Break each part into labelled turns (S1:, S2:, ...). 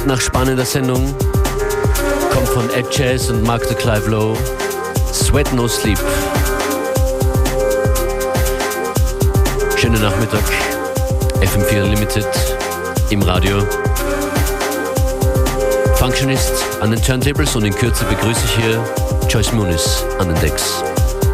S1: Klingt nach spannender Sendung. Kommt von Ed Jazz und Mark the Clive Low. Sweat No Sleep. Schönen Nachmittag. FM4 Unlimited im Radio. Functionist an den Turntables und in Kürze begrüße ich hier Joyce Muniz an den Decks.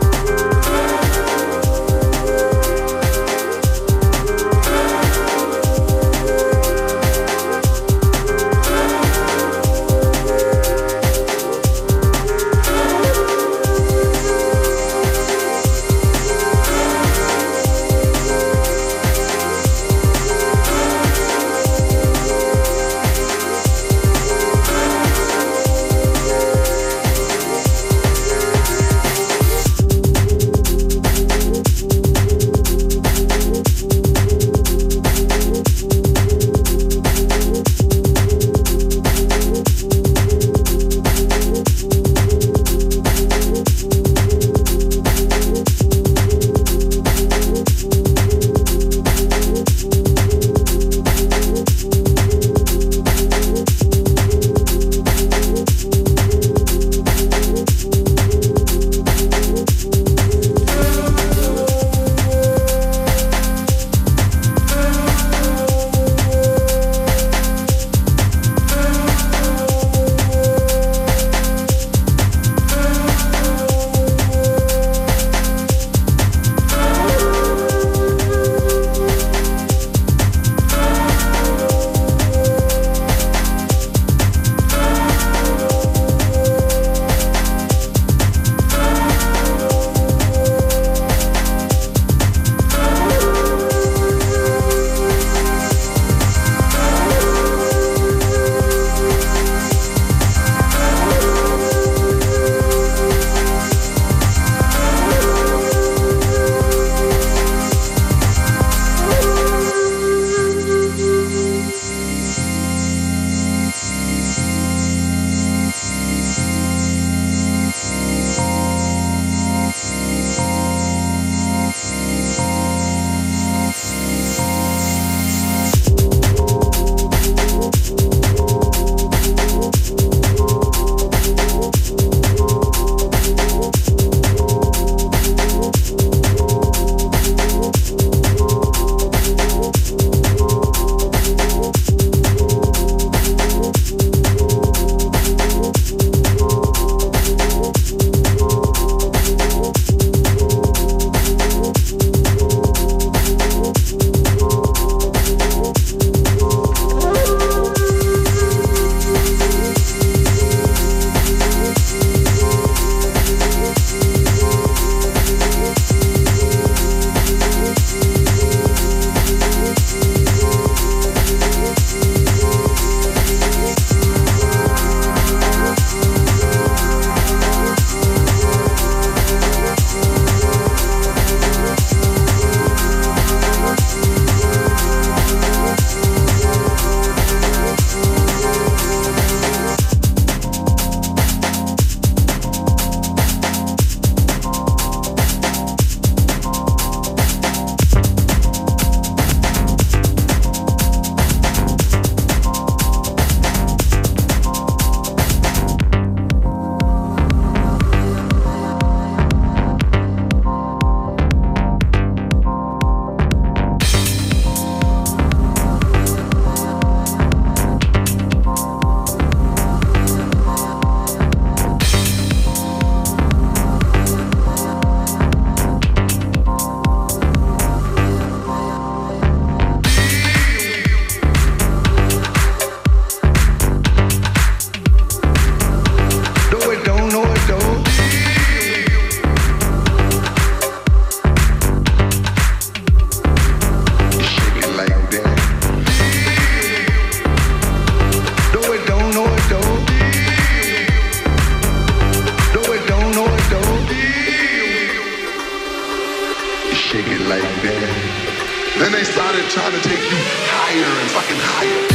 S2: Then they started trying to take you higher and fucking higher.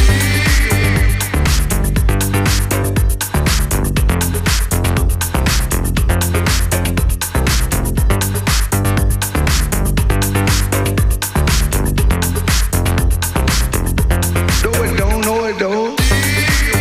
S2: No, it don't.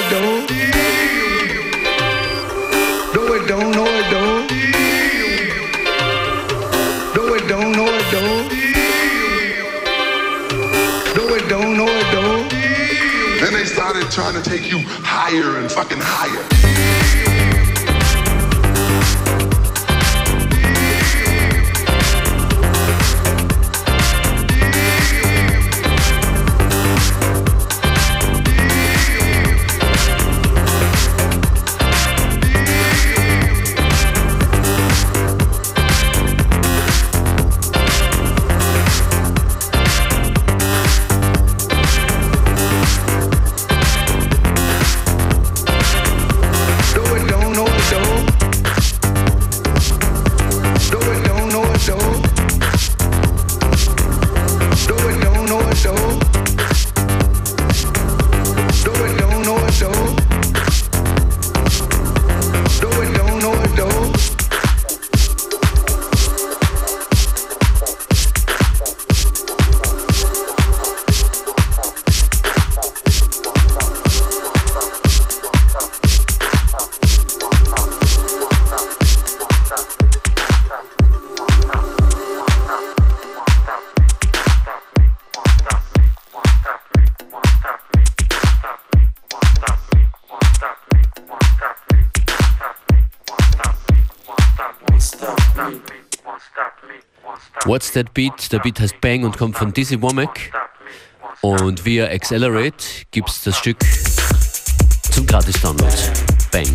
S2: Trying to take you higher and fucking higher.
S1: What's That Beat? Der Beat heißt Bang und kommt von Dizzy Womack. Und via Accelerate gibt's das Stück zum Gratis-Download. Bang.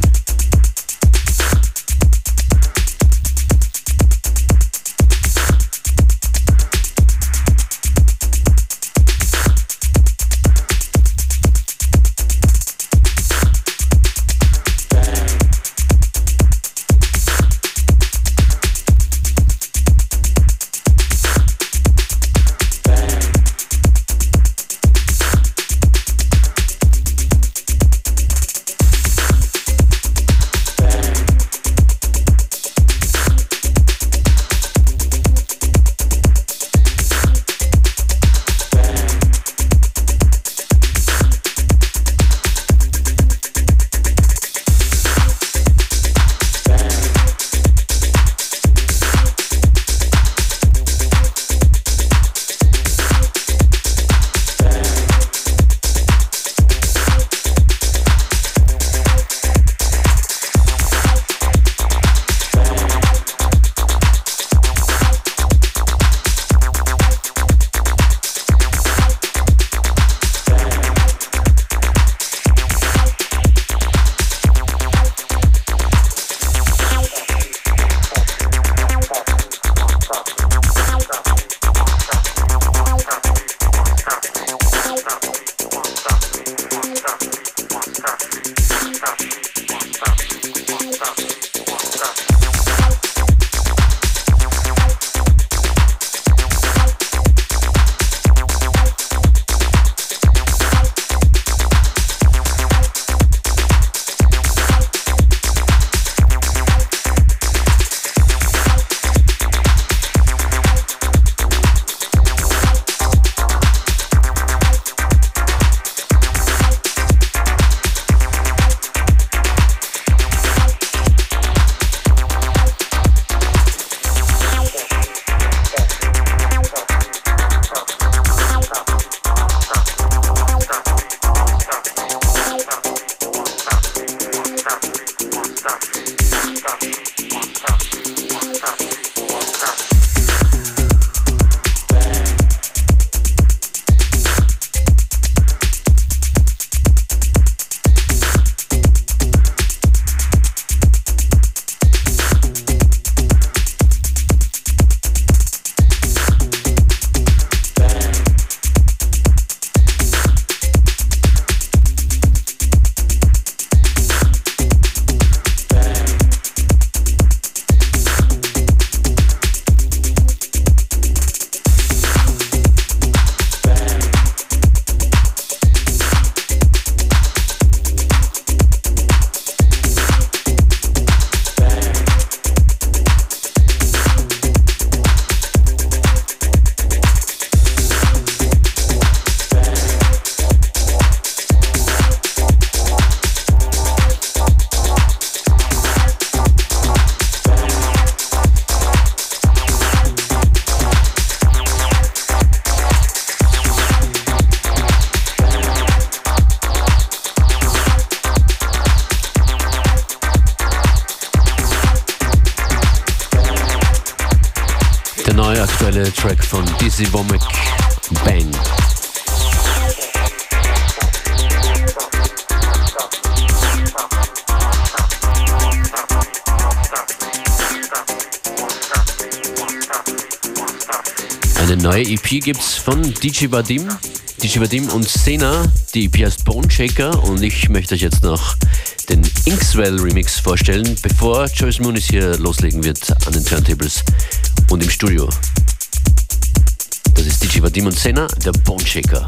S1: aktuelle Track von Dizzy Womack, Bang. Eine neue EP gibt's von DJ Vadim und Sena. Die EP heißt Bone Shaker und ich möchte euch jetzt noch den Inkswell Remix vorstellen, bevor Joyce Muniz hier loslegen wird an den Turntables und im Studio. Das ist DJ Vadim und Sena, der Bone Shaker.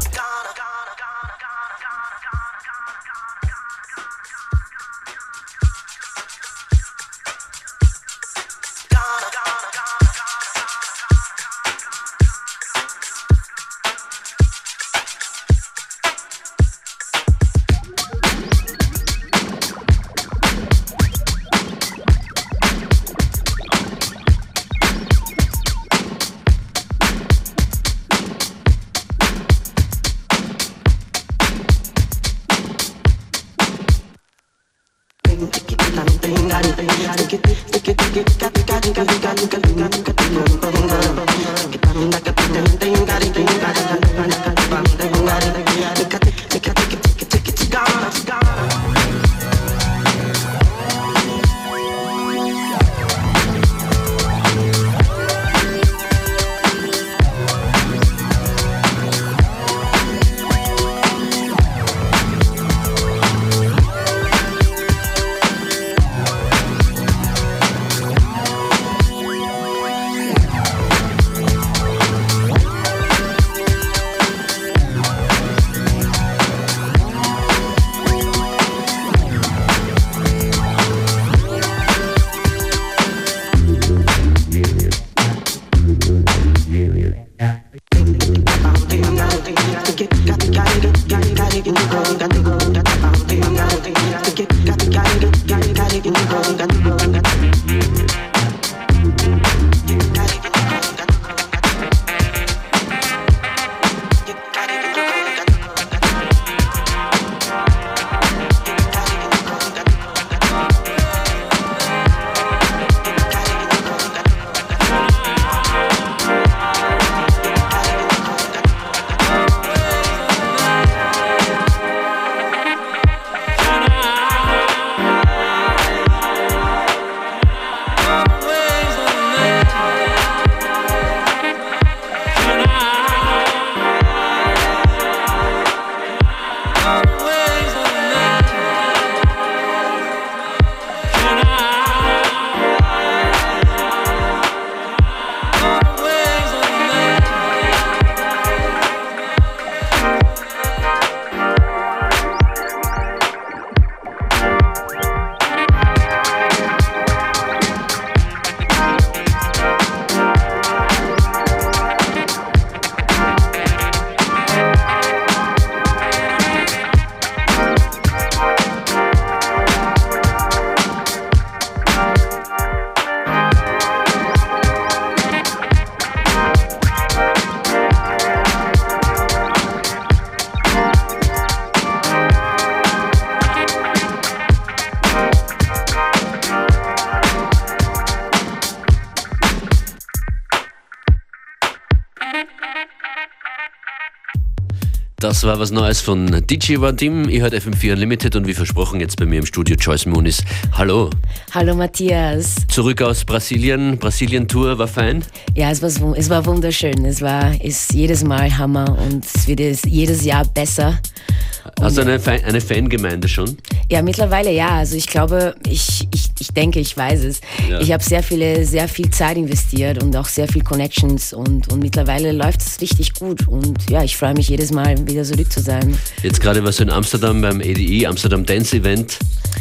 S1: Das war was Neues von DJ Vadim. Ihr hört FM4 Unlimited und wie versprochen jetzt bei mir im Studio Joyce Muniz. Hallo.
S3: Hallo Matthias.
S1: Zurück aus Brasilien. Brasilien-Tour war fein?
S3: Ja, es war wunderschön. Ist jedes Mal Hammer und es wird jedes Jahr besser.
S1: Hast du eine Fangemeinde schon?
S3: Ja, mittlerweile ja. Also ich glaube, ich denke, ich weiß es. Ja. Ich habe sehr viel Zeit investiert und auch sehr viel Connections und mittlerweile läuft es richtig gut. Und ja, ich freue mich jedes Mal wieder zurück zu sein.
S1: Jetzt gerade warst du in Amsterdam beim ADE, Amsterdam Dance Event.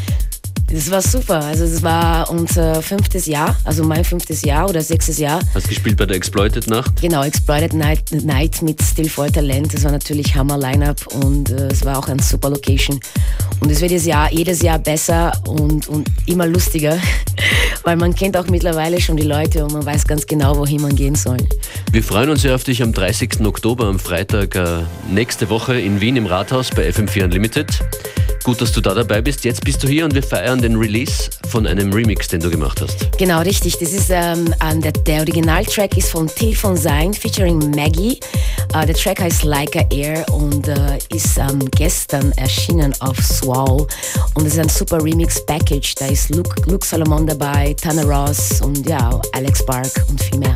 S3: Das war super. Also es war unser 5. Jahr, also mein 5. Jahr oder 6. Jahr.
S1: Hast gespielt bei der Exploited Nacht?
S3: Genau, Exploited Night mit Still for Talent. Das war natürlich Hammer Line-Up und es war auch eine super Location. Und es wird jedes Jahr besser und immer lustiger, weil man kennt auch mittlerweile schon die Leute und man weiß ganz genau, wohin man gehen soll.
S1: Wir freuen uns sehr auf dich am 30. Oktober, am Freitag nächste Woche in Wien im Rathaus bei FM4 Unlimited. Gut, dass du da dabei bist. Jetzt bist du hier und wir feiern den Release von einem Remix, den du gemacht hast.
S3: Genau, richtig. Das ist der Originaltrack ist von Till von Sein featuring Maggie. Der Track heißt Like a Air und ist gestern erschienen auf Swall. Und es ist ein super Remix-Package. Da ist Luke Solomon dabei, Tana Ross und ja, Alex Bark und viel mehr.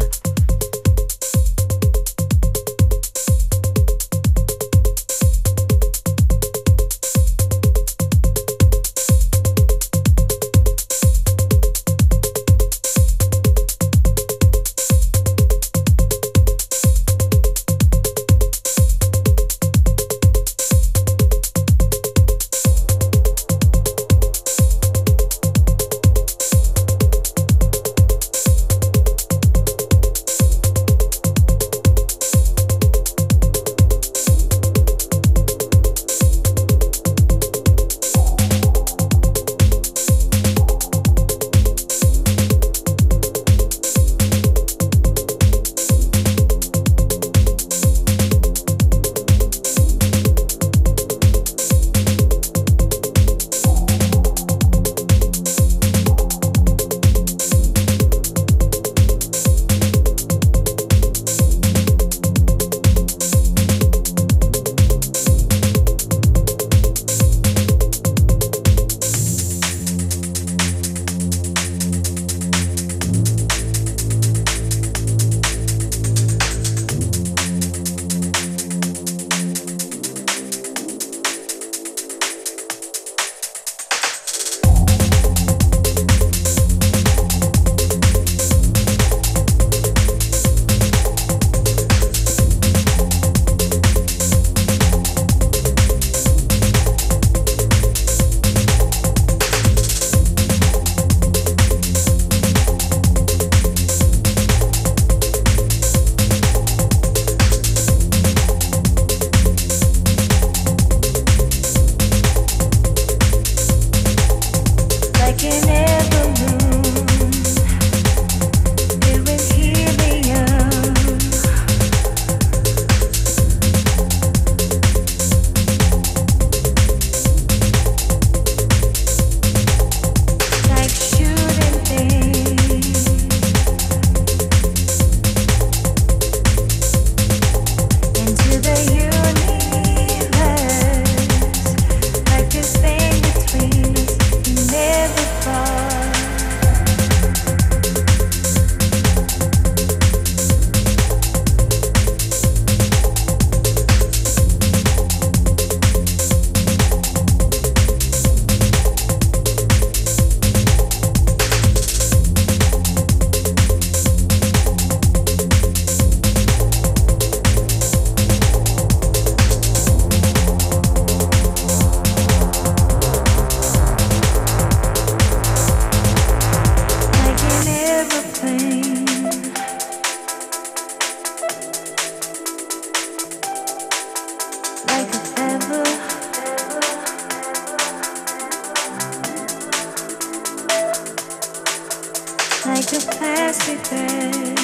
S4: like a plastic bag.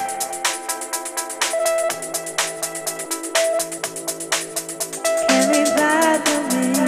S4: Carried by the wind.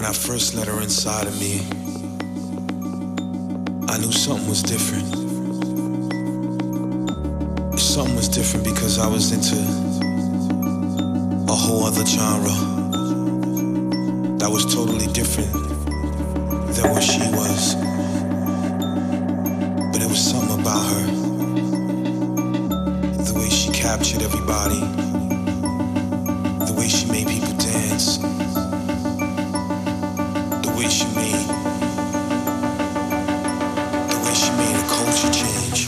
S5: I first let her inside of me, I knew something was different. Something was different because I was into a whole other genre that was totally different than what she was. But it was something about her, the way she captured everybody, the way she made people dance, the way she made a culture change.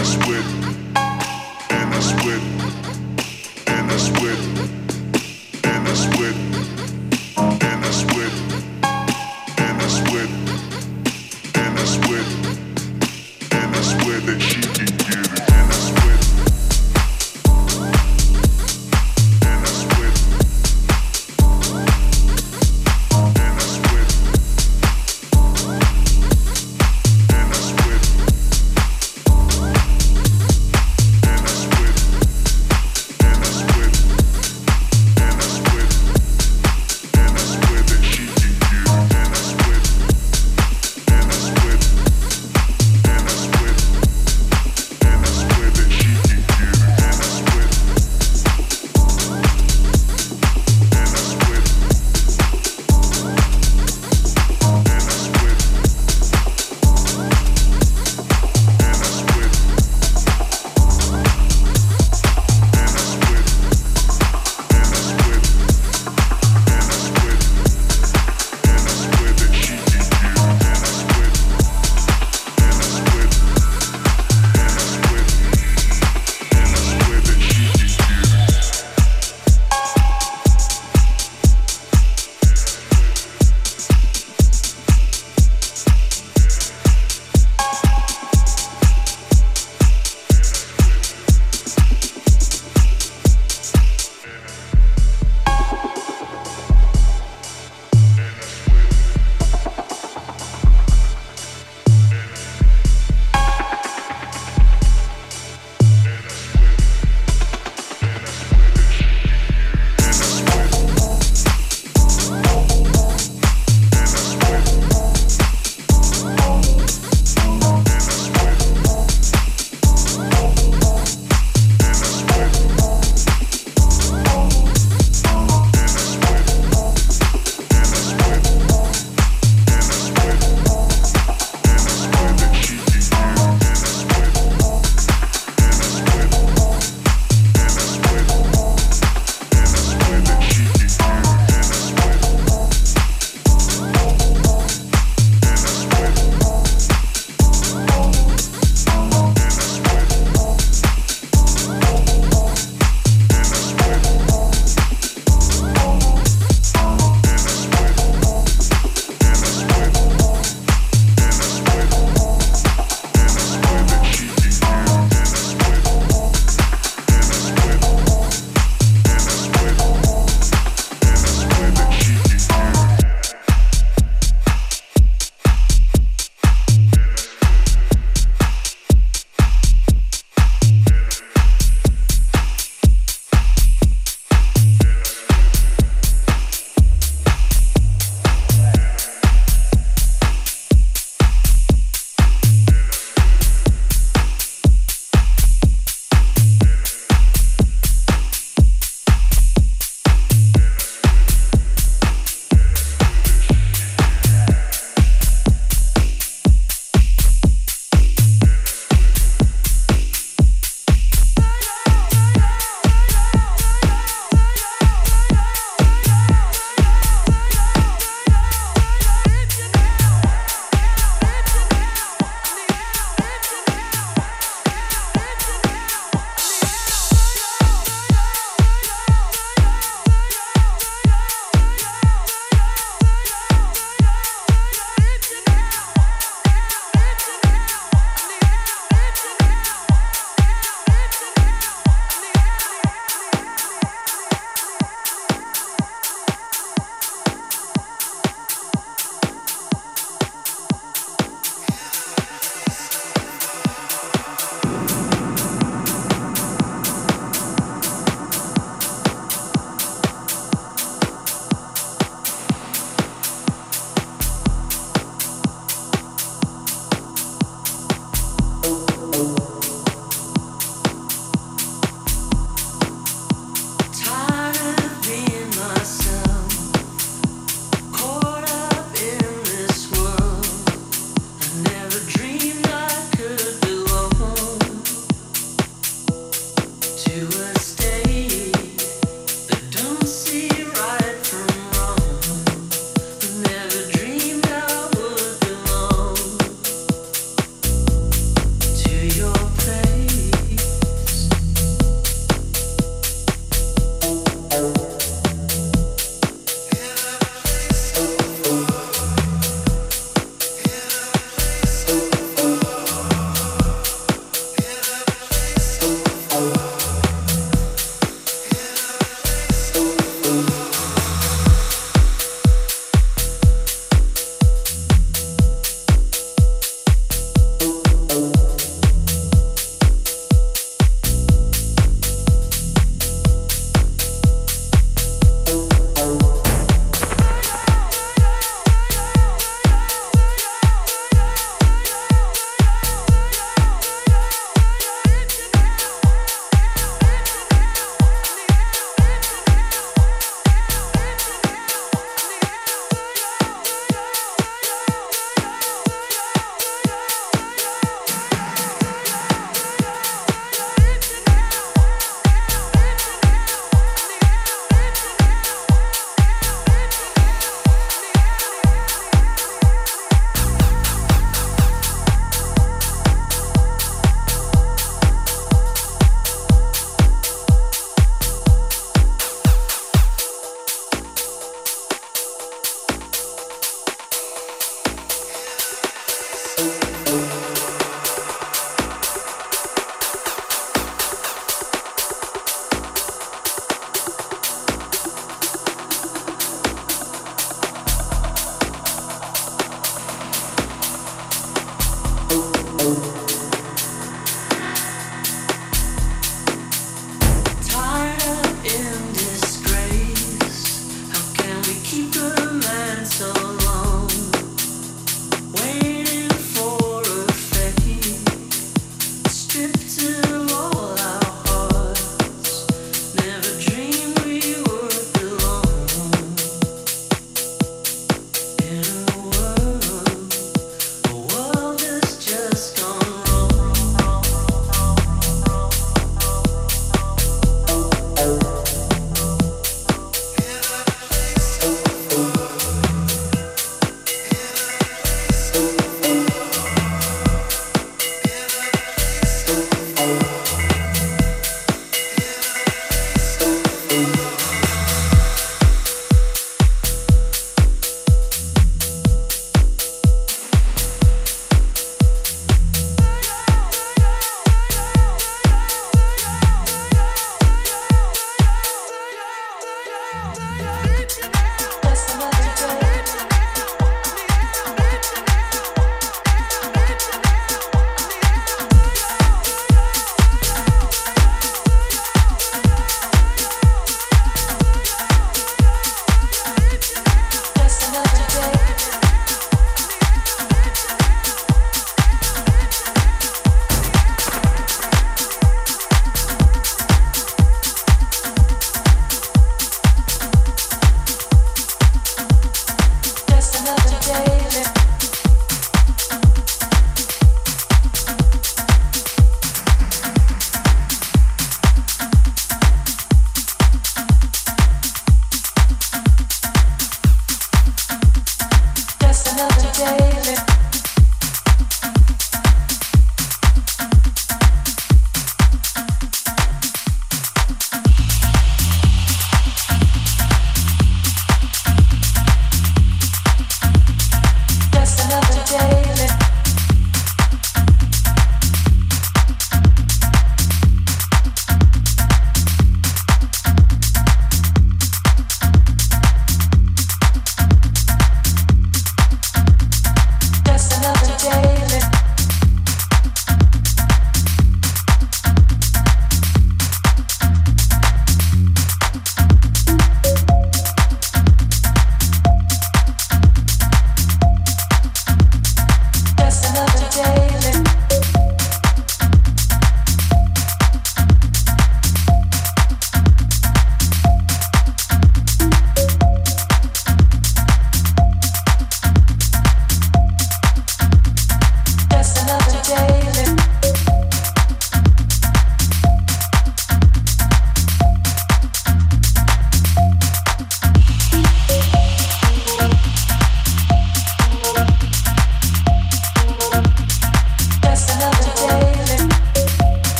S2: mess with. And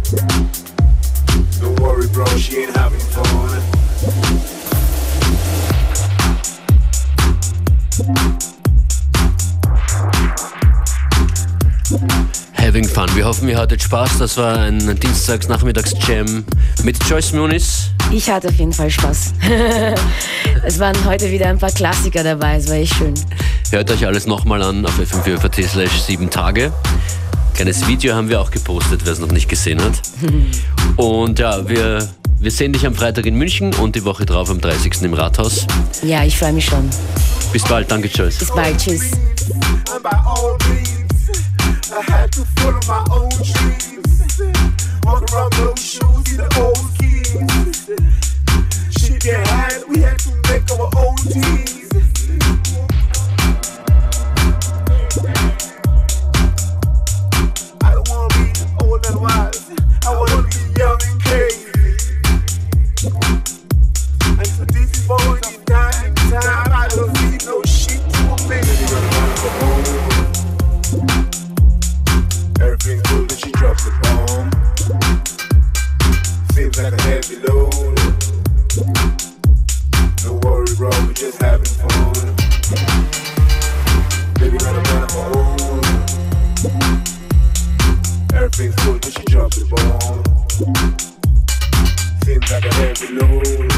S6: Don't worry, bro, she ain't having fun.
S1: Having Fun. Wir hoffen, ihr hattet Spaß. Das war ein Dienstagsnachmittags-Jam mit Joyce Muniz.
S3: Ich hatte auf jeden Fall Spaß. Es waren heute wieder ein paar Klassiker dabei, es war echt schön.
S1: Hört euch alles nochmal an auf fm4.at/7 Tage. Kleines Video haben wir auch gepostet, wer es noch nicht gesehen hat. Und ja, wir sehen dich am Freitag in München und die Woche drauf am 30. im Rathaus.
S3: Ja, ich freue mich schon.
S1: Bis bald, danke, Joyce.
S3: Bis bald, tschüss.
S6: And by all means, I had to follow my own dreams. Walk around those shoes in the old keys. Shit get high, we had to make our own teams. I don't wanna be old and wise, I wanna be young and crazy. And for this boy, this time, I don't see no shit to me. Everything cool, then she drops the bomb. Seems like a heavy load. Don't worry, bro, we're just having fun. Baby, not a man of my own. Everything's cool, then she drops the bomb. Seems like a heavy load.